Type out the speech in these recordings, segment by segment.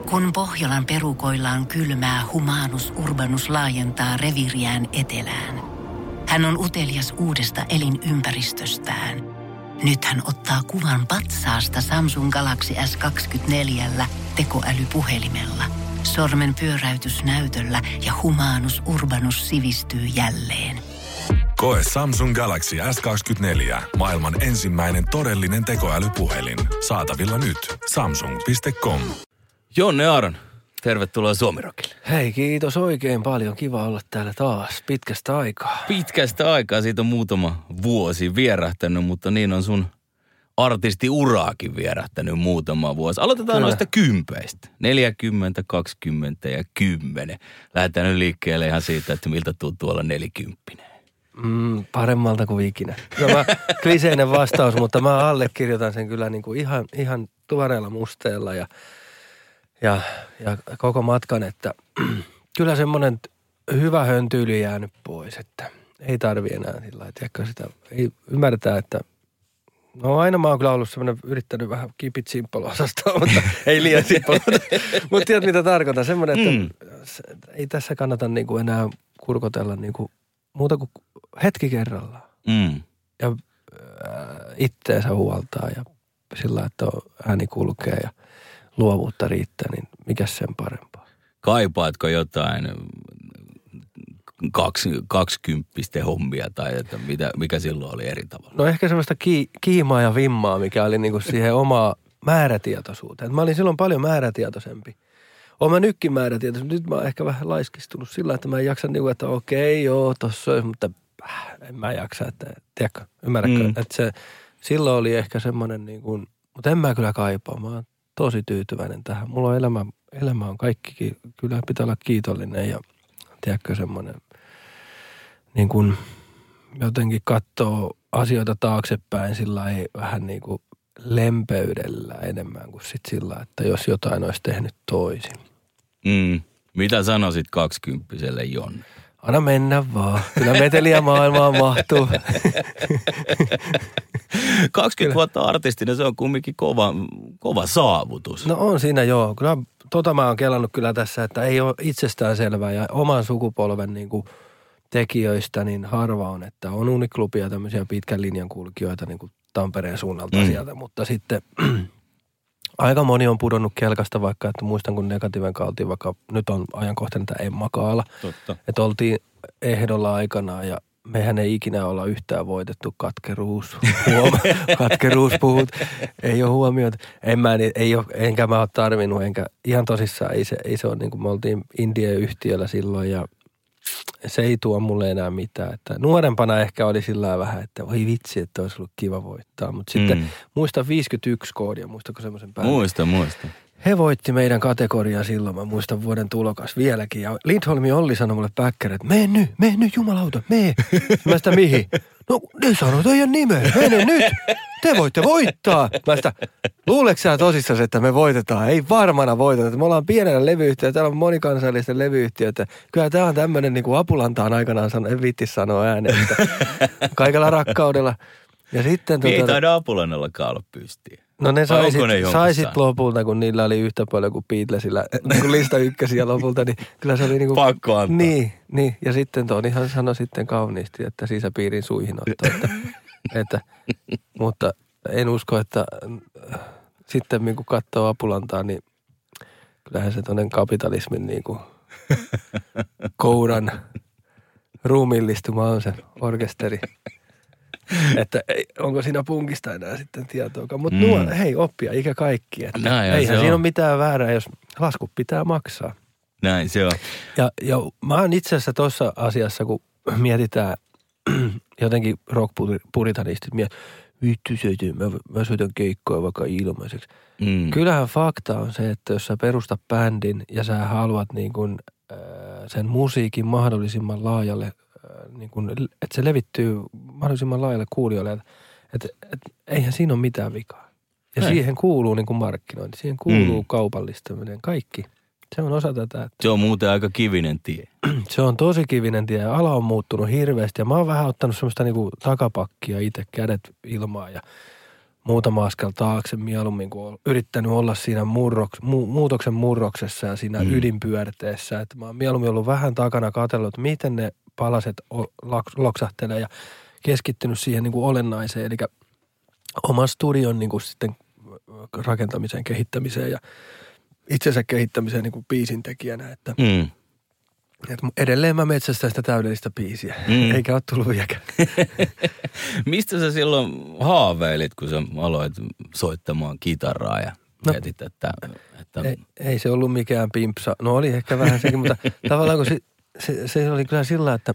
Kun Pohjolan perukoillaan kylmää, Humanus Urbanus laajentaa reviiriään etelään. Hän on utelias uudesta elinympäristöstään. Nyt hän ottaa kuvan patsaasta Samsung Galaxy S24 tekoälypuhelimella. Sormen pyöräytys näytöllä ja Humanus Urbanus sivistyy jälleen. Koe Samsung Galaxy S24. Maailman ensimmäinen todellinen tekoälypuhelin. Saatavilla nyt. Samsung.com. Jonne Aaron, tervetuloa Suomi-Rockille. Hei, kiitos oikein paljon. Kiva olla täällä taas. Pitkästä aikaa. Pitkästä aikaa, siitä on muutama vuosi vierähtänyt, mutta niin on sun artistiuraakin vierähtänyt muutama vuosi. Aloitetaan noista kympeistä. 40, 20 ja 10. Lähdetään nyt liikkeelle ihan siitä, että miltä tuntuu olla 40. Paremmalta kuin ikinä. Tämä kliseinen vastaus, mutta mä allekirjoitan sen kyllä niin kuin ihan tuoreella musteella ja koko matkan, että kyllä semmoinen hyvä höntyily jäänyt pois, että ei tarvi enää sillä lailla, sitä ei ymmärtää, että no aina mä oon kyllä ollut semmoinen, yrittänyt vähän keep it simple -osastoa, mutta ei liian simple, mutta tiedät mitä tarkoitan, semmoinen, että ei tässä kannata niinku enää kurkotella niinku muuta kuin hetki kerrallaan ja itteensä huoltaa ja sillä, että ääni kulkee ja luovuutta riittää, niin mikäs sen parempaa? Kaipaatko jotain 20 hommia tai että mikä silloin oli eri tavalla? No ehkä semmoista kiimaa ja vimmaa, mikä oli niinku siihen omaa määrätietoisuuteen. Mä olin silloin paljon määrätietoisempi. Oon mä nytkin määrätietoisempi. Nyt mä oon ehkä vähän laiskistunut sillä, että mä en jaksa niinku, että okei, joo, tossa olisi, mutta en mä jaksa, että tiedätkö, ymmärrätkö? Että se silloin oli ehkä semmoinen niinku, mutta en mä kyllä kaipaa. Mä oon tosi tyytyväinen tähän. Mulla on elämä on kaikki, kyllä pitää olla kiitollinen ja tiedätkö semmoinen niin kuin jotenkin katsoo asioita taaksepäin sillä ei vähän niin kuin lempeydellä enemmän kuin sit sillä, että jos jotain olisi tehnyt toisin. Mitä sanoisit 20-selle Jonne? Anna mennä vaan. Kyllä meteliä maailmaan mahtuu. 20 vuotta artistina, se on kumminkin kova saavutus. No on siinä joo. Kyllä mä oon kelannut kyllä tässä, että ei ole itsestäänselvää ja oman sukupolven niin kuin tekijöistä niin harva on, että on Uniklubia tämmöisiä pitkän linjan kulkijoita niin kuin Tampereen suunnalta sieltä, mutta sitten aika moni on pudonnut kelkasta vaikka, että muistan kun Negatiiven kaltiin, vaikka nyt on ajankohtainen tämä Emma Kaala. Totta. Että oltiin ehdolla aikanaan ja mehän ei ikinä olla yhtään voitettu katkeruus puhut. Ei ole huomioita. Enkä mä ole tarvinnut, enkä ihan tosissaan, ei se ole niin kuin me oltiin Indie-yhtiöllä silloin ja se ei tuo mulle enää mitään. Että nuorempana ehkä oli sillä vähän, että voi vitsi, että olisi ollut kiva voittaa. Mutta sitten muista 51 koodia, muistako semmoisen päivän? Muista. He voitti meidän kategoriaa silloin, mä muistan vuoden tulokas vieläkin. Ja Lindholmi Olli sanoi mulle päkkäri, että mene nyt jumalauta, mene. Mä sitä mihin? No ne sanoo teidän nimeä, mene nyt, te voitte voittaa. Mä sitä, luuleeko sä tosissaan, että me voitetaan? Ei varmana voiteta. Me ollaan pienellä levyyhtiö, täällä on monikansallisten levyyhtiöitä. Kyllä tää on tämmönen niin kuin Apulantaan aikanaan sanoi, en viitti sanoa ääneen, kaikella rakkaudella. Ja sitten ei taida Apulannallakaan olla pystiä. No ne saisit lopulta, kun niillä oli yhtä paljon kuin Beatlesillä, niin kuin lista ykkösiä lopulta, niin kyllä se oli niin kuin pakko antaa. Niin. Ja sitten Tonihan sanoi sitten kauniisti, että sisäpiirin suihin ottaa. Mutta en usko, että sitten kun katsoo Apulantaa, niin kyllähän se toinen kapitalismin niin kuin kouran ruumiillistuma on se orkesteri. Että onko siinä punkista enää sitten tietoakaan. Mutta hei, oppia ikä kaikki. Että eihän siinä ole mitään väärää, jos lasku pitää maksaa. Näin se on. Ja mä oon itse asiassa tuossa asiassa, kun mietitään jotenkin rock-puritanistit, vittu mä soitan keikkoja vaikka ilmaiseksi. Kyllähän fakta on se, että jos sä perustat bändin ja sä haluat niin kun, sen musiikin mahdollisimman laajalle, niin kun, että se levittyy mahdollisimman laajalle kuulijoille, että eihän siinä ole mitään vikaa. Ja siihen kuuluu niin kun markkinointi, siihen kuuluu kaupallistaminen, kaikki. Se on osa tätä. Että se on muuten aika kivinen tie. Se on tosi kivinen tie ja ala on muuttunut hirveästi ja mä oon vähän ottanut semmoista niinku takapakkia itse, kädet ilmaan ja muutama askel taakse mieluummin, kun olen yrittänyt olla siinä muutoksen murroksessa ja siinä ydinpyörteessä. Että mä oon mieluummin ollut vähän takana katsellut, että miten ne palaset loksahtelee ja keskittynyt siihen niin kuin olennaiseen, eli oman studion niin kuin sitten rakentamiseen, kehittämiseen ja itsensä kehittämiseen niin kuin biisin tekijänä, että edelleen mä metsästän sitä täydellistä biisiä, eikä ole tullut vieläkään. Mistä sä silloin haaveilit, kun sä aloit soittamaan kitaraa ja mietit, että... Ei se ollut mikään pimpsa. No oli ehkä vähän sekin, mutta tavallaan kun se oli kyllä sillä, että...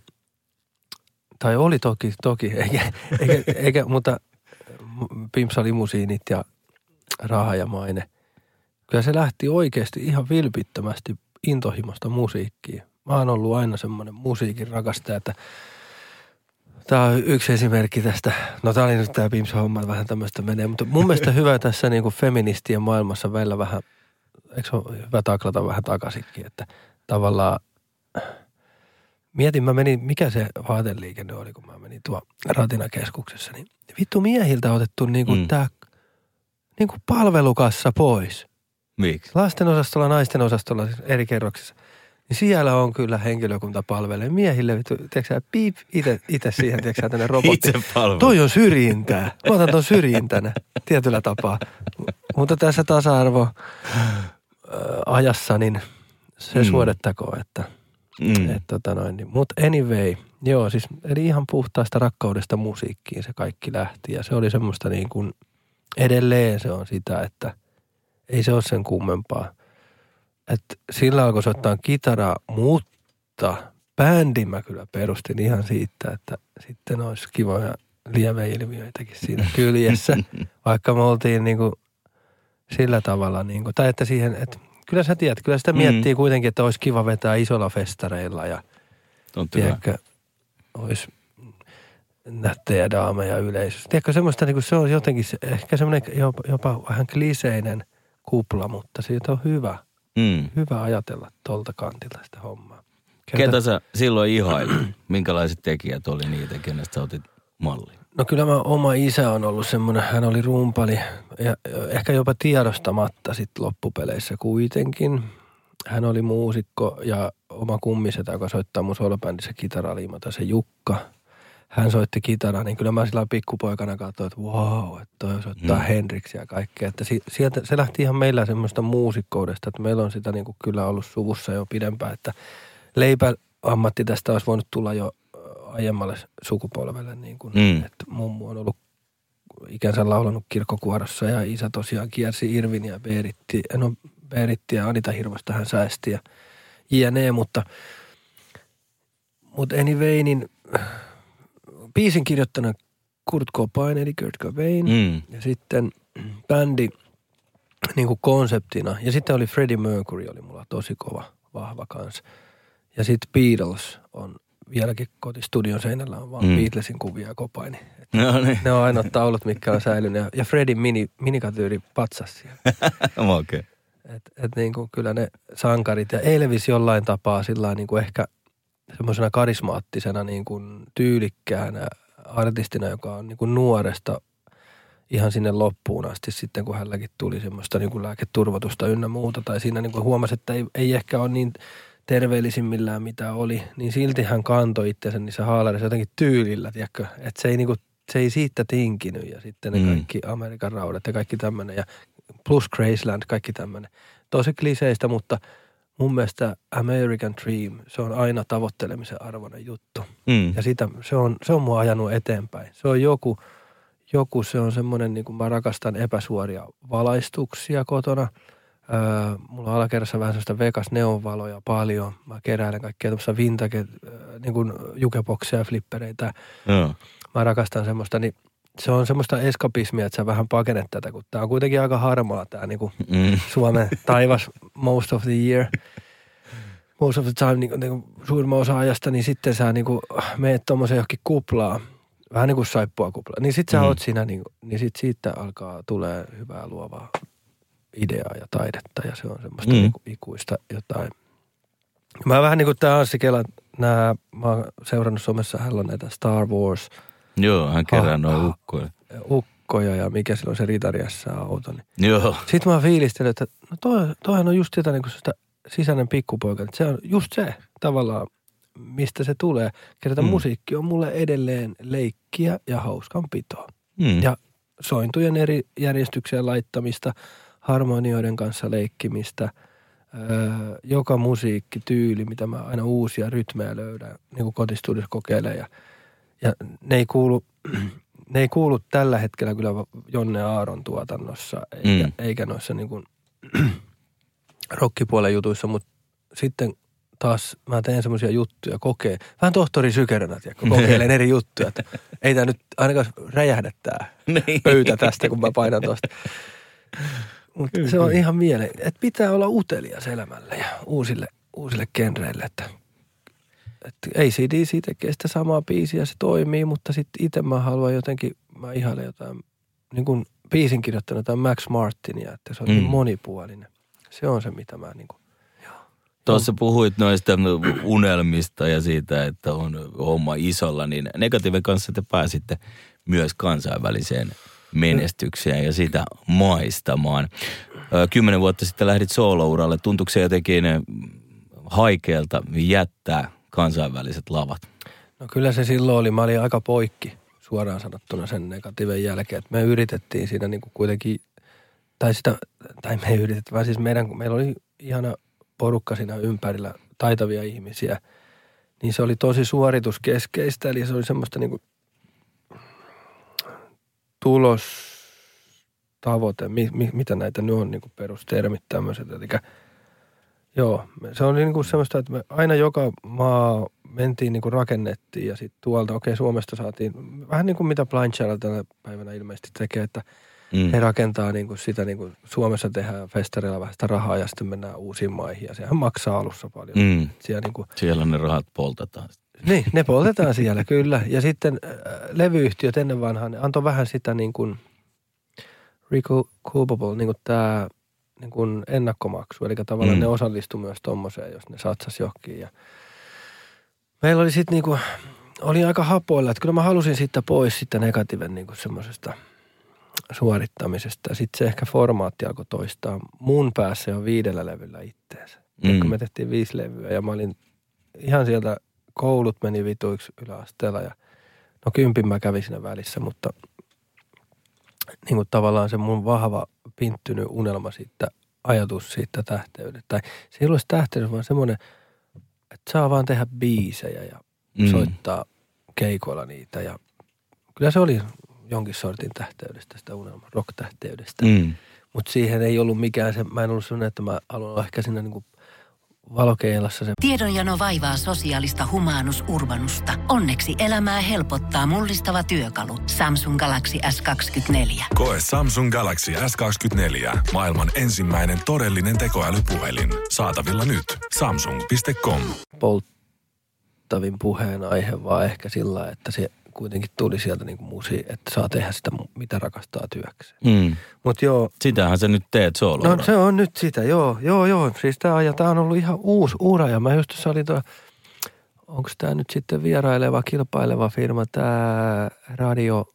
Tai oli toki, eikä mutta pimpsa limusiinit ja raha ja maine. Kyllä se lähti oikeasti ihan vilpittömästi intohimosta musiikkiin. Mä oon ollut aina semmoinen musiikin rakastaja, että tää on yksi esimerkki tästä. No tää oli nyt tää Pimpsa-homma vähän tämmöistä menee, mutta mun mielestä hyvä tässä niinku feministien maailmassa välillä vähän, eikö se ole hyvä taklata vähän takaisinkin, että tavallaan mietin, mä menin, mikä se vaateliikenne oli, kun mä menin tuo Ratinakeskuksessa, niin vittu miehiltä otettu niinku tää niinku palvelukassa pois. Miksi? Lasten osastolla, naisten osastolla eri kerroksissa. Niin siellä on kyllä henkilökunta palvelee. Miehille, tiedätkö sä, piip, itse siihen, tiedätkö sä, tänne robotti. Itse palvelu. Toi on syrjintää. Mä otan ton syrjintänä tietyllä tapaa. Mutta tässä tasa-arvo ajassa, niin se suodettakoon, että Mutta anyway, joo, siis eli ihan puhtaasta rakkaudesta musiikkiin se kaikki lähti. Ja se oli semmoista niin kuin, edelleen se on sitä, että ei se ole sen kummempaa. Että sillä alkoi soittaa kitaraa, mutta bändin mä kyllä perustin ihan siitä, että sitten olisi kivoja lieveilmiöitäkin siinä kyljessä. Vaikka me oltiin niinku sillä tavalla niinku, tai että siihen, että kyllä sä tiedät, kyllä sitä miettii kuitenkin, että olisi kiva vetää isolla festareilla ja tiedätkö, olisi nättejä daameja yleisössä. Tiedätkö semmoista, niinku se on jotenkin ehkä semmoinen jopa vähän kliseinen kupla, mutta siitä on hyvä. Hyvä ajatella tuolta kantilta sitä hommaa. Ketä sä silloin ihailit? Minkälaiset tekijät oli niitä, kenestä sä otit mallia? No kyllä oma isä on ollut semmoinen, hän oli rumpali ja ehkä jopa tiedostamatta sitten loppupeleissä kuitenkin. Hän oli muusikko ja oma kummisetä, joka soittaa mun solobändissä kitaraliimata, se Jukka. Hän soitti kitaraa, niin kyllä mä sillä pikkupoikana katsoin, että wow, että toi soittaa Henriksia ja kaikkea. Että sieltä se lähti ihan meillä semmoista muusikkoudesta, että meillä on sitä niin kuin kyllä ollut suvussa jo pidempään, että leipäammatti tästä olisi voinut tulla jo aiemmalle sukupolvelle, niin kuin, että mummu on ollut ikänsä laulanut kirkkokuorossa ja isä tosiaan kiersi Irvin ja Beeritti ja Anita Hirvosta hän säästi ja jne, mutta anyway, niin biisin kirjoittanut Kurt Cobain eli Kurt Cobain ja sitten bändi niin kuin konseptina ja sitten oli Freddie Mercury oli mulla tosi kova, vahva kanssa ja sitten Beatles on vieläkin kotistudion seinällä on vaan Beatlesin kuvia ja Cobain. No niin. Ne on ainoat taulut, mitkä on säilynyt ja Freddin minikatyyri patsas siellä. Okei. Et niin kuin kyllä ne sankarit ja Elvis jollain tapaa sillä niin kuin ehkä semmoisena karismaattisena niin kuin tyylikkäänä artistina, joka on niin kuin nuoresta ihan sinne loppuun asti sitten, kun hänelläkin tuli semmoista niin kuin lääketurvotusta ynnä muuta. Tai siinä niin kuin huomasi, että ei ehkä ole niin terveellisimmillään mitä oli, niin silti hän kantoi itsensä niissä haalareissa jotenkin tyylillä, tiedätkö? Että se ei, niin kuin, se ei siitä tinkinyt ja sitten ne kaikki Amerikan raudat ja kaikki tämmöinen ja plus Graceland, kaikki tämmöinen. Tosi kliseistä, mutta mun mielestä American Dream, se on aina tavoittelemisen arvoinen juttu. Ja sitä, se on mua ajanut eteenpäin. Se on joku se on semmoinen, niin kuin mä rakastan epäsuoria valaistuksia kotona. Mulla on alakerrassa vähän sellaista Vegas neonvaloja paljon. Mä keräilen kaikkea tämmöistä vintage, niin kuin jukebokseja, flippereitä. Mä rakastan semmoista, niin se on semmoista eskapismia, että sä vähän pakenet tätä, kun tää on kuitenkin aika harmaa tää niin kuin Suomen taivas most of the year. Most of the time, niin kuin suurimman osa ajasta, niin sitten sä niin kuin meet tommosen johonkin kuplaan. Vähän niin kuin saippua kuplaan. Niin sit sä oot siinä, niin sit siitä alkaa tulee hyvää luovaa ideaa ja taidetta ja se on semmoista niin kuin ikuista jotain. Mä vähän niin kuin tää Anssi Kela, mä oon seurannut somessa, hänellä on näitä Star Wars. Joo, hän kerää noin ukkoja. akkoja ja mikä silloin se ritariassa auto. Niin. Joo. Sitten mä fiilistelin, että no toihan on just sitä niin kuin sitä sisäinen pikkupoika. Että se on just se tavallaan, mistä se tulee. Kerta musiikki on mulle edelleen leikkiä ja hauskanpitoa. Ja sointujen eri järjestykseen laittamista, harmonioiden kanssa leikkimistä, joka musiikkityyli, mitä mä aina uusia rytmejä löydän, niin kuin kotistuudiossa kokeilen. Ja ne ei kuulu tällä hetkellä kyllä Jonne Aaron tuotannossa, eikä noissa niin kuin rockipuolen jutuissa, mutta sitten taas mä teen semmoisia juttuja, vähän tohtori Sykerönä, kokeilen eri juttuja, että ei tää nyt ainakaan räjähdä tää pöytä tästä, kun mä painan tosta. Mutta se on ihan että pitää olla utelias elämälle ja uusille genreille, että AC/DC tekee sitä samaa biisiä, se toimii, mutta sitten itse mä haluan jotenkin, mä ihailen jotain, niin kuin biisin kirjoittanut jotain Max Martinia, että se on niin monipuolinen. Se on se, mitä mä niin kuin, Tuossa puhuit noista unelmista ja siitä, että on homma isolla, niin Negatiiven kanssa te pääsitte myös kansainväliseen menestykseen ja sitä maistamaan. 10 vuotta sitten lähdit soolouralle. Tuntuuko se jotenkin haikealta jättää kansainväliset lavat? No kyllä se silloin oli. Mä olin aika poikki suoraan sanottuna sen Negatiiven jälkeen. Että me yritettiin siinä niin kuin kuitenkin, tai me ei yritetty, vaan siis meillä oli ihana porukka siinä ympärillä, taitavia ihmisiä. Niin se oli tosi suorituskeskeistä, eli se oli semmoista niin kuin tulostavoite, mitä näitä nyt on niin kuin perustermit tämmöiset. Eli joo, se on niin kuin semmoista, että me aina joka maa mentiin niin kuin rakennettiin ja sitten tuolta, Suomesta saatiin, vähän niin kuin mitä Blind Channel tänä päivänä ilmeisesti tekee, että he rakentaa niin kuin sitä, niin kuin Suomessa tehdään festareilla vähän sitä rahaa ja sitten mennään uusiin maihin ja sehän maksaa alussa paljon. Siellä ne rahat poltetaan. Niin, ne poltetaan siellä kyllä. Ja sitten levyyhtiöt ennen vanhaan, ne antoi vähän sitä niin kuin recoupable, niin kuin tämä niin kuin ennakkomaksu. Eli tavallaan ne osallistui myös tommoseen, jos ne satsasi johonkin. Ja meillä oli sitten niin kuin, oli aika hapoilla, että kyllä mä halusin sitten pois sitten Negatiiven niin kuin semmoisesta suorittamisesta. Ja sitten se ehkä formaatti alkoi toistaa mun päässä jo 5 levyllä itteensä. Kun me tehtiin 5 levyä ja mä olin ihan sieltä, koulut meni vituiksi yläasteella ja no 10 mä kävin siinä välissä, mutta niin kuin tavallaan se mun vahva pinttynyt unelma siitä, ajatus siitä tähteydestä. Tai se ei ole tähteys, vaan semmoinen, että saa vaan tehdä biisejä ja soittaa keikoilla niitä. Ja kyllä se oli jonkin sortin tähteydestä, sitä unelman rock-tähteydestä. Mutta siihen ei ollut mikään se, mä en ollut sellainen, että mä haluan olla ehkä siinä niin kuin valokeilassa se. Tiedonjano vaivaa sosiaalista humanus-urbanusta. Onneksi elämää helpottaa mullistava työkalu. Samsung Galaxy S24. Koe Samsung Galaxy S24. Maailman ensimmäinen todellinen tekoälypuhelin. Saatavilla nyt. Samsung.com. Polttavin puheenaihe vaan ehkä sillä, että se kuitenkin tuli sieltä niin kuin että saa tehdä sitä, mitä rakastaa työkseen. Mut joo. Sitähän sä nyt teet sooloura. No se on nyt sitä, joo. Siis tää on ollut ihan uusi ura ja mä just tuossa olin onko tää nyt sitten vieraileva, kilpaileva firma, tää Radio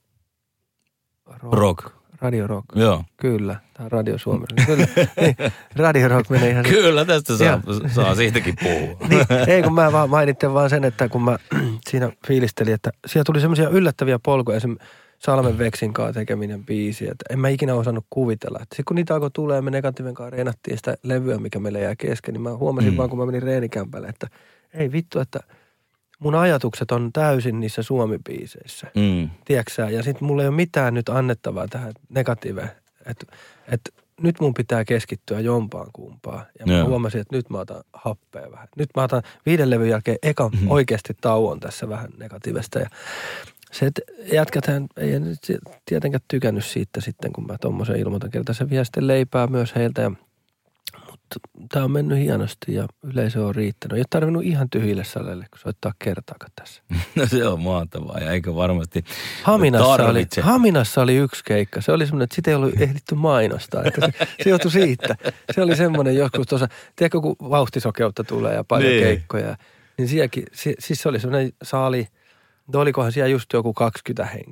Rock. Radio Rock. Joo. Kyllä, tää on Radio Suomessa. Kyllä, niin, Radio Rock menee ihan. Kyllä, tästä saa siitäkin puhua. Niin, ei kun mä vaan mainitsen vaan sen, että kun mä siinä fiilistelin, että siellä tuli semmoisia yllättäviä polkuja, esimerkiksi Salmen Veksin kanssa tekeminen biisi, että en mä ikinä osannut kuvitella. Että sitten kun niitä alkoi tulee ja me Negatiiven kanssa reenattiin sitä levyä, mikä meille jää kesken, niin mä huomasin vaan, kun mä menin reenikämpälle, että ei vittu, että mun ajatukset on täysin niissä Suomi-biiseissä. Tiedätkö? Ja sitten mulla ei ole mitään nyt annettavaa tähän Negatiiveen. Että nyt mun pitää keskittyä jompaan kumpaan. Ja mä huomasin, että nyt mä otan happea vähän. Nyt mä otan 5 levyn jälkeen ekan oikeasti tauon tässä vähän Negatiivesta. Ja se, että jätkäthän ei nyt tietenkään tykännyt siitä sitten, kun mä tommosen ilmoitan kertaa. Se vie sitten leipää myös heiltä. Mutta tää on mennyt hienosti ja yleisö on riittänyt. Ei ole tarvinnut ihan tyhjille salelle, kun soittaa kertaakaan tässä. No se on mahtavaa ja eikä varmasti Haminassa oli yksi keikka. Se oli semmoinen, että sitä ei ollut ehditty mainostaa. Että se johtui siitä. Se oli semmoinen joskus tuossa, tiedätkö kun vauhtisokeutta tulee ja paljon keikkoja. Niin sielläkin, siis se oli semmoinen saali, olikohan siellä just joku 20 henkeä.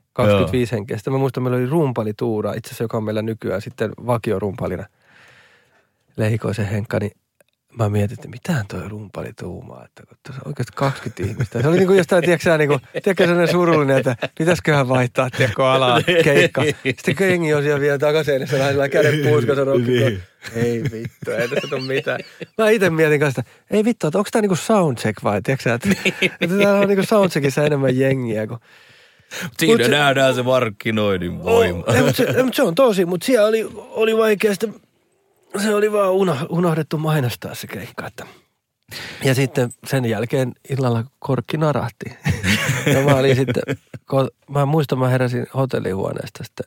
25 henkeä. Sitten mä muistan, meillä oli rumpalituura, itse asiassa joka on meillä nykyään sitten vakiorumpalina. Lehikoisen Henkka, niin mä mietin, että mitään toi rumpali tuumaa, että kun tuossa oikeasti 20 ihmistä. Se oli niin kuin jostain, tiedätkö sellainen surullinen, että pitäisiköhän vaihtaa, alaa keikka. Sitten jengi on siellä vielä takaseinässä vähän sillä käden puuskassa rokkikoon. Ei vittu, ei tässä tule mitään. Mä itse mietin kanssa, ei vittu, että onko tää niinku soundcheck vai, tiedätkö että täällä on niinku soundcheckissa enemmän jengiä kuin... Siinä nähdään se markkinoinnin voima. Mutta se on tosi, mutta siellä oli vaikea sitten... Se oli vaan unohdettu mainostaa se keikka, että. Ja sitten sen jälkeen illalla korkki narahti. Ja mä olin sitten, mä muistan, mä heräsin hotellihuoneesta sitten,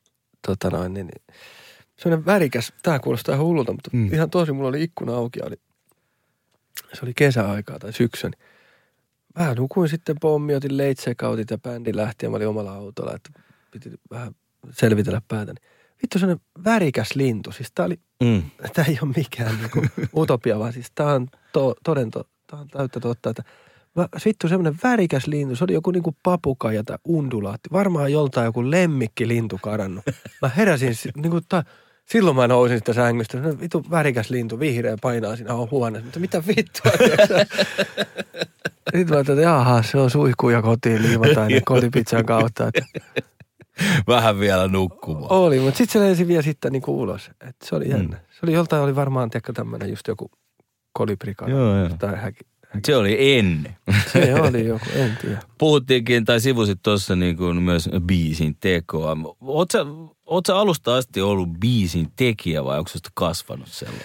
sellainen värikäs, tää kuulostaa ihan hullulta, mutta ihan tosi, mulla oli ikkuna auki, se oli kesäaikaa tai syksy, niin vähän nukuin sitten pommi, otin late checkoutit ja bändi lähti ja mä olin omalla autolla, että piti vähän selvitellä päätä. Vittu sellainen värikäs lintu, siis tää ei ole mikään niinku utopia, vaan siis tää on tää on täyttä totta, että vittu semmoinen värikäs lintu, se oli joku niinku papukaija tai undulaatti, varmaan joltain joku lemmikkilintu kadannut. Mä heräsin niinku silloin mä nousin sitä sängystä, semmoinen vittu värikäs lintu, vihreä painaa siinä huoneessa, mutta mitä vittua, Sitten mä ajattelin, että jaha, se on suihkuja kotiin liivataan kotipizzan kautta, että vähän vielä nukkumaan. Oli, mutta sitten se lensi vielä sitten niinku ulos. Et se oli jännä. Se oli joltain, oli varmaan tämmöinen just joku kolibrikana. Joo. Tai se oli ennen. Se oli joku, en tiedä. Puhuttiinkin tai sivusit tuossa niinku myös biisin tekoa. Oot sä alusta asti ollut biisin tekijä vai onko susta kasvanut sellainen?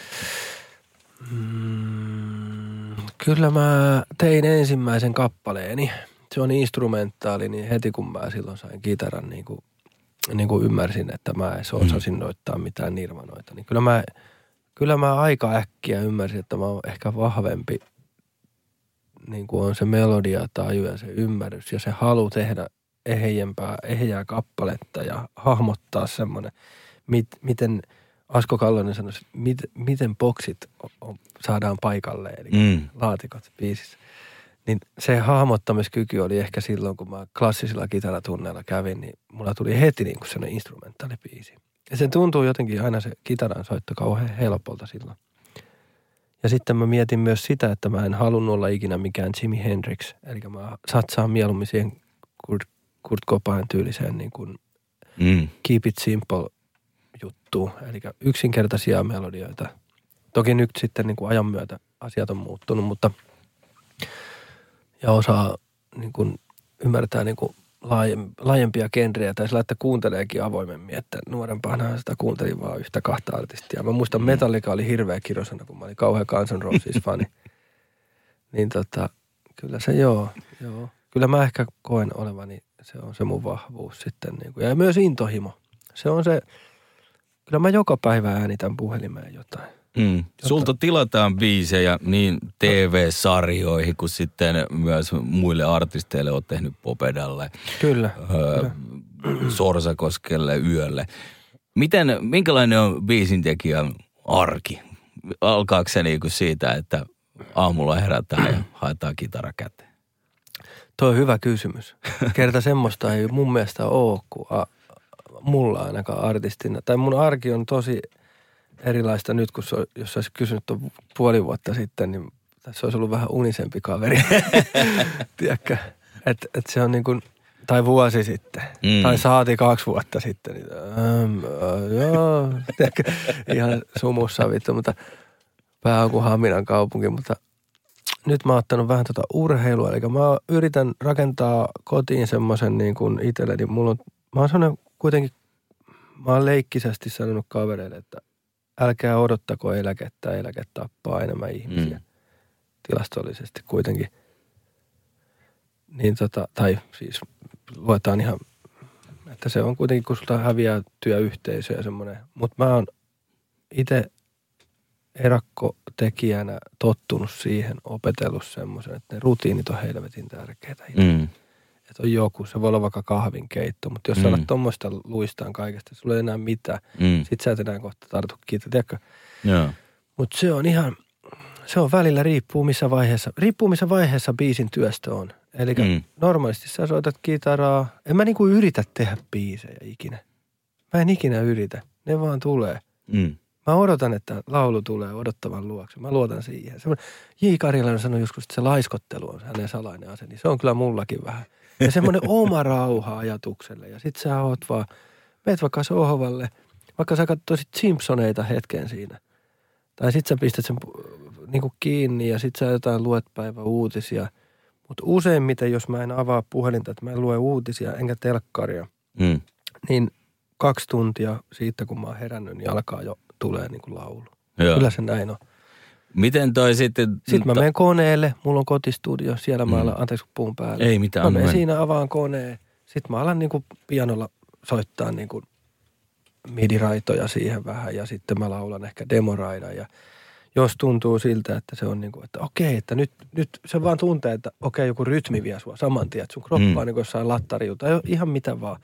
Kyllä mä tein ensimmäisen kappaleeni. Se on instrumentaali, niin heti kun mä silloin sain kitaran, niin kuin ymmärsin, että mä en osasin noittaa mitään nirvanoita. Niin kyllä mä aika äkkiä ymmärsin, että mä oon ehkä vahvempi, niin kuin on se melodia, taju ja se ymmärrys ja se halu tehdä ehjää kappaletta ja hahmottaa semmoinen, miten Asko Kallonen sanoisi, miten boksit saadaan paikalle, eli laatikot biisissä. Niin se hahmottamiskyky oli ehkä silloin, kun mä klassisilla kitaratunneilla kävin, niin mulla tuli heti niin kuin sellainen instrumentaalibiisi. Ja se tuntuu jotenkin aina se kitaran soitto kauhean helpolta silloin. Ja sitten mä mietin myös sitä, että mä en halunnut olla ikinä mikään Jimi Hendrix. Eli mä satsaan mieluummin siihen Kurt Cobain tyyliseen niin kuin keep it simple juttuun. Eli yksinkertaisia melodioita. Toki nyt sitten niin kuin ajan myötä asiat on muuttunut, mutta ja osaa niin kuin ymmärtää niin kuin laajempia genrejä tai sillä, että kuunteleekin avoimemmin, että nuorempana sitä kuuntelin vaan yhtä kahta artistia. Mä muistan Metallica oli hirveä kirosana, kun mä olin kauhean Guns N' Roses-fani. Niin kyllä se joo. Kyllä mä ehkä koen olevani, se on se mun vahvuus sitten. Niin kuin, ja myös intohimo. Se on se, kyllä mä joka päivä äänitän puhelimeen jotain. Sulta tilataan biisejä niin TV-sarjoihin kuin sitten myös muille artisteille. Oot tehnyt Popedalle, kyllä. Sorsakoskelle, Yölle. Minkälainen on biisintekijän arki? Alkaako se niinku siitä, että aamulla herätään ja haetaan kitara käteen? Tuo on hyvä kysymys. Kerta semmoista ei mun mielestä ole kuin mulla ainakaan artistina. Tai mun arki on tosi erilaista nyt, kun jos olisi kysynyt puoli vuotta sitten, niin tässä olisi ollut vähän unisempi kaveri. Tiedätkö? Että se on niin kuin, tai vuosi sitten, tai saati 2 vuotta sitten. Niin, joo, tiedätkö? Ihan sumussa vittu, mutta pää on kuin Haminan kaupunki, mutta nyt mä oon ottanut vähän urheilua. Eli mä yritän rakentaa kotiin semmoisen niin kuin itselleni. Mä oon sellainen kuitenkin, mä oon leikkisesti sanonut kavereille, että älkää odottako eläkettä, eläke tappaa enemmän ihmisiä tilastollisesti kuitenkin. Niin tai siis luetaan ihan, että se on kuitenkin, kun sulta häviää työyhteisö ja semmoinen. Mutta mä oon itse erakkotekijänä tottunut siihen, opetellut semmoisen, että ne rutiinit on helvetin tärkeitä. Että on joku, se voi olla vaikka kahvinkeitto, mutta jos sä alat tommoista luistaan kaikesta, sulla ei enää mitään. Sit sä et enää kohta tartu kiinni, tiedätkö? Joo. Mutta se on ihan, Se on välillä riippuu missä vaiheessa biisin työstö on. Eli normaalisti sä soitat kitaraa. En mä niinku yritä tehdä biisejä ikinä. Mä en ikinä yritä. Ne vaan tulee. Mä odotan, että laulu tulee odottavan luokse. Mä luotan siihen. J. Karjalainen sanoi joskus, että se laiskottelu on hänen salainen ase. Niin se on kyllä mullakin vähän. Ja semmoinen oma rauha ajatukselle. Ja sit sä oot vaan, meet vaikka sohvalle, vaikka sä katsoisit Simpsoneita hetken siinä. Tai sit sä pistät sen niinku kiinni ja sit sä jotain luet päivän uutisia. Mutta useimmiten, jos mä en avaa puhelinta, että mä en lue uutisia enkä telkkaria, niin 2 tuntia siitä, kun mä oon herännyt, niin alkaa jo tulee niinku laulu. Joo. Kyllä se näin on. Miten toi sitten... Sitten mä menen koneelle, mulla on kotistudio, siellä mä alan, anteeksi puun päälle. Ei mitään. Mä menen siinä avaan koneen, sitten mä alan niinku pianolla soittaa niinku midiraitoja siihen vähän ja sitten mä laulan ehkä demoraidan ja jos tuntuu siltä, että se on niinku, että okei, että nyt se vaan tuntee, että okei, joku rytmi vie sua saman tien, että sun kroppa on niinku jossain lattariuta, ihan mitä vaan.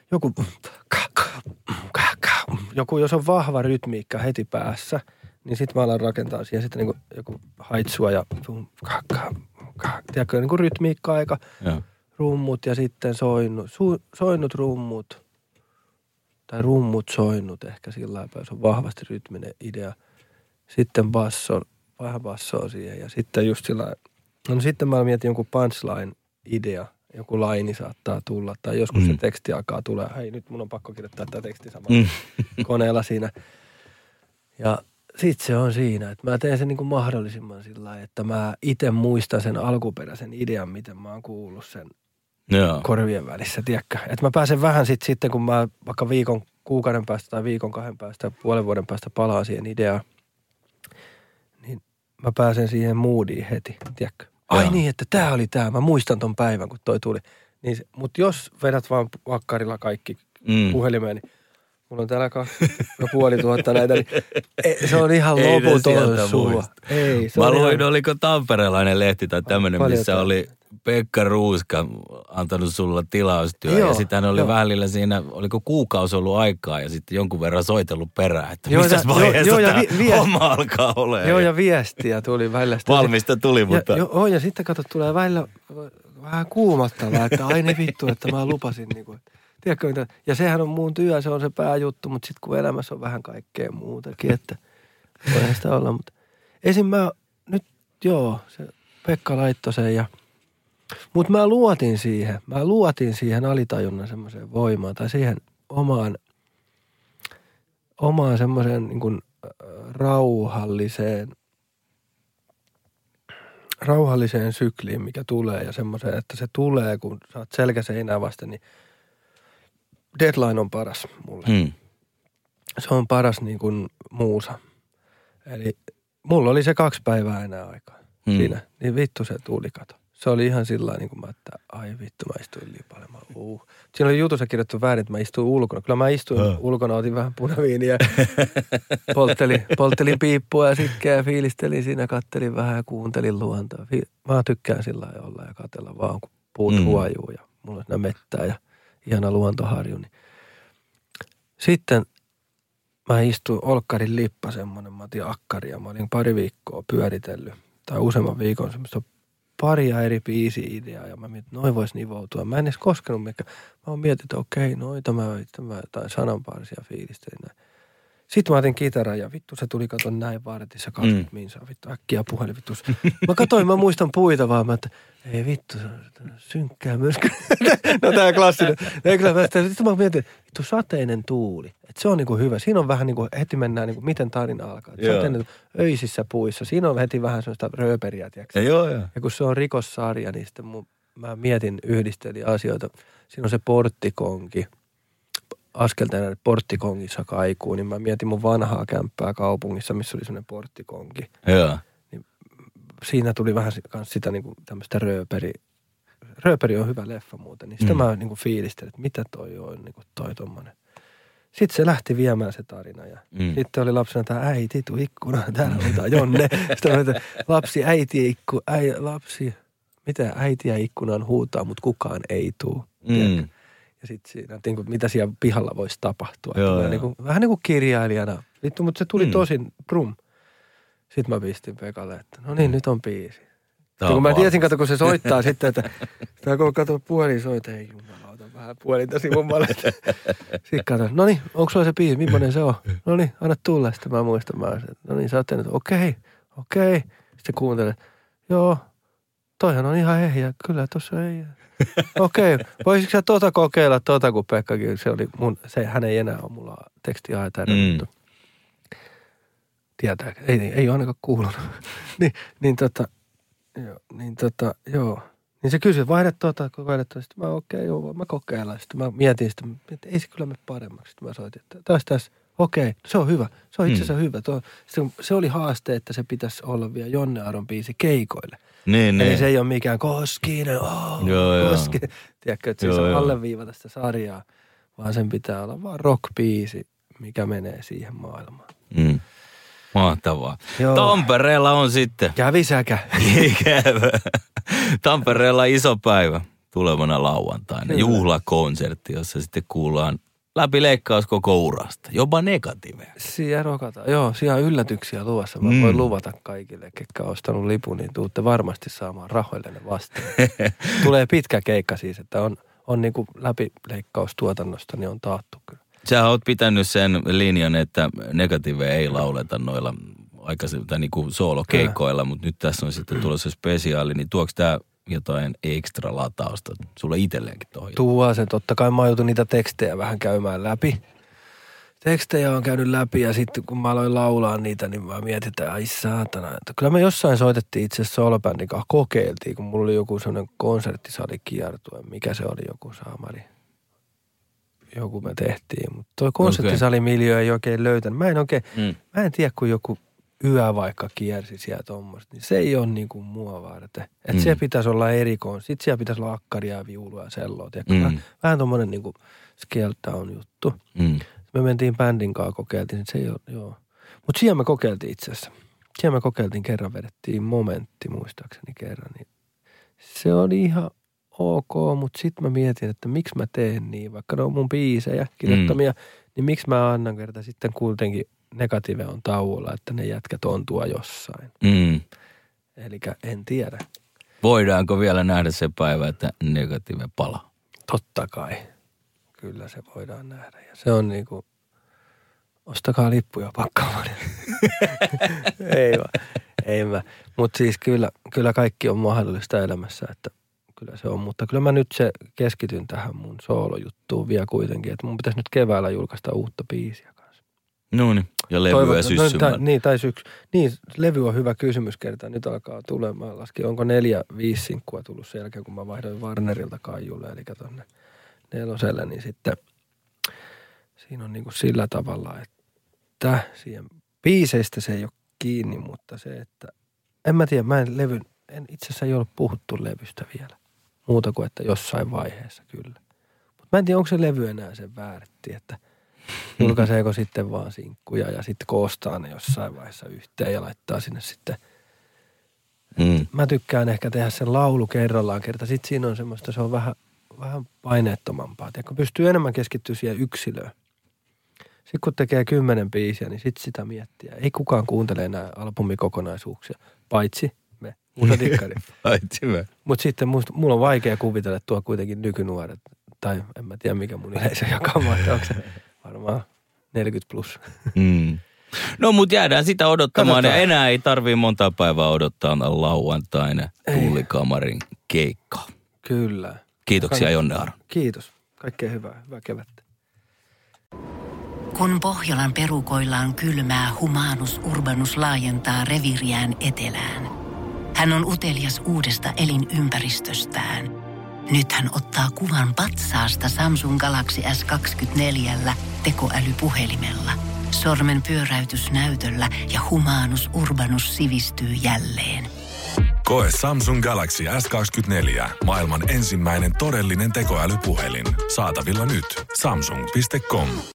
Joku, jos on vahva rytmiikka heti päässä, niin sit mä alan rakentaa siihen sitten niinku joku haitsua ja tiedätkö, niinku rytmiikka-aika, rummut ja sitten soinut rummut, tai rummut soinut ehkä sillä lailla, se on vahvasti rytminen idea. Sitten vähän bassoa siihen ja sitten just sillä no sitten mä mietin jonkun punchline-idea, joku laini saattaa tulla tai joskus se teksti alkaa tulla. Hei, nyt mun on pakko kirjoittaa tämä teksti samalla koneella siinä. Ja sitten se on siinä, että mä teen sen niin kuin mahdollisimman sillä lailla, että mä itse muistan sen alkuperäisen idean, miten mä oon kuullut sen korvien välissä, tiedätkö? Että mä pääsen vähän sitten, kun mä vaikka kuukauden päästä tai viikon 2 päästä, puolen vuoden päästä palaan siihen ideaan, niin mä pääsen siihen moodiin heti, tiedätkö? Ai niin, että tää oli tää. Mä muistan ton päivän, kun toi tuli. Niin, mutta jos vedät vaan vakkarilla kaikki puhelimeen, niin mulla on täällä 2500 näitä, niin se on ihan loputon suva. Ei, se mä on luin, ihan... oliko tamperelainen lehti tai tämmöinen, missä oli Pekka Ruuska antanut sulla tilaustyö. Ja sitten hän oli välillä siinä, oliko kuukausi ollut aikaa ja sitten jonkun verran soitellut perään, että missä vaiheessa tämä homma alkaa olemaan. Joo, ja viestiä tuli välillä. Valmista tuli, mutta... Ja sitten kato, tulee välillä vähän kuumottavaa, että aina vittu, että mä lupasin niin kuin... Tiedätkö mitä? Ja sehän on mun työ, se on se pääjuttu, mutta sitten kun elämässä on vähän kaikkea muutakin, että voihan sitä olla. Mutta esim. Mä nyt, se Pekka laittoi sen ja... Mutta mä luotin siihen alitajunnan semmoiseen voimaan tai siihen omaan semmoiseen niin kuin rauhalliseen sykliin, mikä tulee ja semmoiseen, että se tulee, kun sä oot selkäseinää vasten, niin deadline on paras mulle. Se on paras niin kuin muusa. Eli mulla oli se 2 päivää enää aikaa siinä, niin vittu se tuli kato. Se oli ihan sillä niin kuin mä, että ai vittu, mä istuin liipailemaan. Siinä oli jutussa kirjoittu väärin, että mä istuin ulkona. Kyllä mä istuin ulkona, otin vähän punaviiniä, polttelin piippua ja sitkää, fiilistelin siinä, kattelin vähän ja kuuntelin luontoa. Mä tykkään sillä lailla olla ja katsella vaan, kun puut huojuu ja mulla on siinä mettää ja ihana luontoharju. Niin. Sitten mä istuin olkkarin lippa semmonen, mä otin akkaria. Mä olin 2 viikkoa pyöritellyt tai useamman viikon semmoista paria eri biisi-ideaa ja mä mietin, että noi vois nivoutua. Mä en edes koskenut mikä. Mä oon mietin, että okei, noita mä jotain sananparsia fiilistelin näin. Sitten mä otin kitaran ja vittu se tuli katon näin vartissa 20 minsaa. Vittu äkkiä puhelin vittu. Mä muistan puita vaan, että ei vittu, se on synkkää myöskin. No tää klassinen. Sitten mä mietin, vittu sateinen tuuli. Että se on niinku hyvä. Siinä on vähän niinku, heti mennään niinku, miten tarina alkaa. Sateinen öisissä puissa. Siinä on heti vähän sellaista rööperiä, tiiäksä. Ja kun se on rikossarja, niin sitten mä yhdistelin asioita. Siinä on se porttikonki. Askelteen porttikongissa kaikuu, niin mä mietin mun vanhaa kämppää kaupungissa, missä oli semmoinen porttikonki. Joo. Niin siinä tuli vähän kans sitä niinku tämmöistä rööperi on hyvä leffa muuten, niin sitä mä niinku fiilistelin, että mitä toi on, niinku toi tommonen. Sitten se lähti viemään se tarina ja sitten oli lapsena tää äiti, tuu ikkunaan, täällä on tää Jonne. Sitten oli lapsi, lapsi, mitä äitiä ikkunaan huutaa, mutta kukaan ei tuu. Ja sitten siinä, että mitä siellä pihalla voisi tapahtua. Vähän niin kuin kirjailijana. Vittu, mutta se tuli tosin brum. Sitten mä pistin Pekalle, että no niin, nyt on biisi. Kun mä tiesin, kun se soittaa sitten, että kun katsoo puhelin soita, ei jumalauta, vähän puolinta sivummalle. Sitten katsoin, no niin, onko sulla se biisi, millainen se on? No niin, anna tulla. Sitten mä muistan, no niin, sä oot tehnyt, okei. Sitten kuuntelen, joo, toihan on ihan ehjä, kyllä tossa ei. Okei, voisitko sä kokeilla kun Pekkakin, hän ei enää ole mulla tekstiaitaa, mutta tietää, ei ole ainakaan kuulunut. Joo. Niin se kysyi, vaihdat kokeiletta. Sitten mä mä kokeillaan. Sitten mä mietin sitä, että ei se kyllä mene paremmaksi. Sitten mä soitin, että tässä. Okei, se on hyvä. Se on itse asiassa hyvä. Se oli haaste, että se pitäisi olla vielä Jonne Aron biisi keikoille. Niin. Eli se ei ole mikään Koskinen, Koskinen. Tiedätkö, että se ei saa alleviivata sitä sarjaa, vaan sen pitää olla vaan rock-biisi, mikä menee siihen maailmaan. Mahtavaa. Joo. Tampereella on sitten. Kävi säkä. Ikävä. Tampereella iso päivä tulevana lauantaina. Kyllä. Juhlakonsertti, jossa sitten kuullaan läpi leikkaus koko urasta. Jopa negatiiveja. Siellä rokataan. Joo, siellä on yllätyksiä luvassa. Mä voin luvata kaikille, ketkä on ostanut lipun, niin tuutte varmasti saamaan rahoillenne vastaan. Tulee pitkä keikka siis, että on niin kuin läpileikkaustuotannosta, niin on taattu kyllä. Sä oot pitänyt sen linjan, että negatiiveja ei lauleta noilla aikaisemmin niin kuin soolokeikoilla, mutta nyt tässä on sitten tulossa spesiaali, niin tuoks tää jotain ekstra latausta sulle itselleenkin tuohon? Tuo se, totta kai mä joutun niitä tekstejä vähän käymään läpi. Tekstejä on käynyt läpi ja sitten kun mä aloin laulaa niitä, niin mä mietin, että ai saatana. Että kyllä me jossain soitettiin itse asiassa soolobändin kanssa, kokeiltiin, kun mulla oli joku sellainen konserttisalikiertue, mikä se oli joku saamari. Joku me tehtiin, mutta toi konserttisalimiljöö ei oikein löytänyt. Mä en tiedä, kun joku yö vaikka kiersi siellä tommoista, niin se ei ole niin kuin mua varten. Että se pitäisi olla erikoon. Sitten siellä pitäisi olla akkaria, viulua ja selloa. Vähän tommonen niin kuin scale down juttu. Me mentiin bändin kanssa, kokeiltiin, että se ei ole, joo. Mutta siellä me kokeiltiin itse asiassa. Siellä me kokeiltiin kerran, vedettiin Momentti muistaakseni kerran. Niin se oli ihan ok, mutta sitten mä mietin, että miksi mä teen niin, vaikka ne on mun biisejä kirjoittamia, niin miksi mä annan kerta sitten kuitenkin negatiive on tauolla, että ne jätkät on tuo jossain. Elikkä en tiedä. Voidaanko vielä nähdä se päivä, että negatiive palaa? Totta kai. Kyllä se voidaan nähdä. Ja se on niinku, ostakaa lippuja pakkaamaan. Ei mä. Mutta siis kyllä kaikki on mahdollista elämässä, että kyllä se on. Mutta kyllä mä nyt keskityn tähän mun soolojuttuun vielä kuitenkin, että mun pitäisi nyt keväällä julkaista uutta biisiä kanssa. No niin, ja levyä syssymään. Niin, levy on hyvä kysymys kertaa. Nyt alkaa tulemaan. Laskin, onko 4-5 sinkkua tullut sen jälkeen, kun mä vaihdoin Warnerilta Kaijulle, eli tonne 4, niin sitten siinä on niin kuin sillä tavalla, että siihen biiseistä se ei ole kiinni, mutta se, että en mä tiedä, itse asiassa ei ole puhuttu levystä vielä. Muuta kuin, että jossain vaiheessa kyllä. Mutta mä en tiedä, onko se levy enää sen väärti, että julkaiseeko sitten vaan sinkkuja ja sitten koostaa ne jossain vaiheessa yhteen ja laittaa sinne sitten. Mä tykkään ehkä tehdä sen laulu kerrallaan kerta. Sitten siinä on semmoista, se on vähän paineettomampaa. Tiedätkö, pystyy enemmän keskittyä siihen yksilöön. Sitten kun tekee 10 biisiä, niin sitten sitä miettiä. Ei kukaan kuuntele enää albumikokonaisuuksia, paitsi me. Musta dikkari. Paitsi me. Mutta sitten mulla on vaikea kuvitella, että tuo kuitenkin nykynuoret, tai en mä tiedä mikä mun yleisö jakamaa, että onko se varmaan 40 plus. No mut jäädään sitä odottamaan ja enää ei tarvii monta päivää odottaa lauantaina Tullikamarin keikkaa. Kyllä. Kiitoksia Jonne Aron. Kiitos. Kaikkea hyvää kevättä. Kun Pohjolan perukoillaan kylmää, Humanus Urbanus laajentaa reviiriään etelään. Hän on utelias uudesta elinympäristöstään. Nyt hän ottaa kuvan patsaasta Samsung Galaxy S24 tekoälypuhelimella. Sormen pyöräytys näytöllä ja Humanus Urbanus sivistyy jälleen. Koe Samsung Galaxy S24. Maailman ensimmäinen todellinen tekoälypuhelin. Saatavilla nyt. Samsung.com.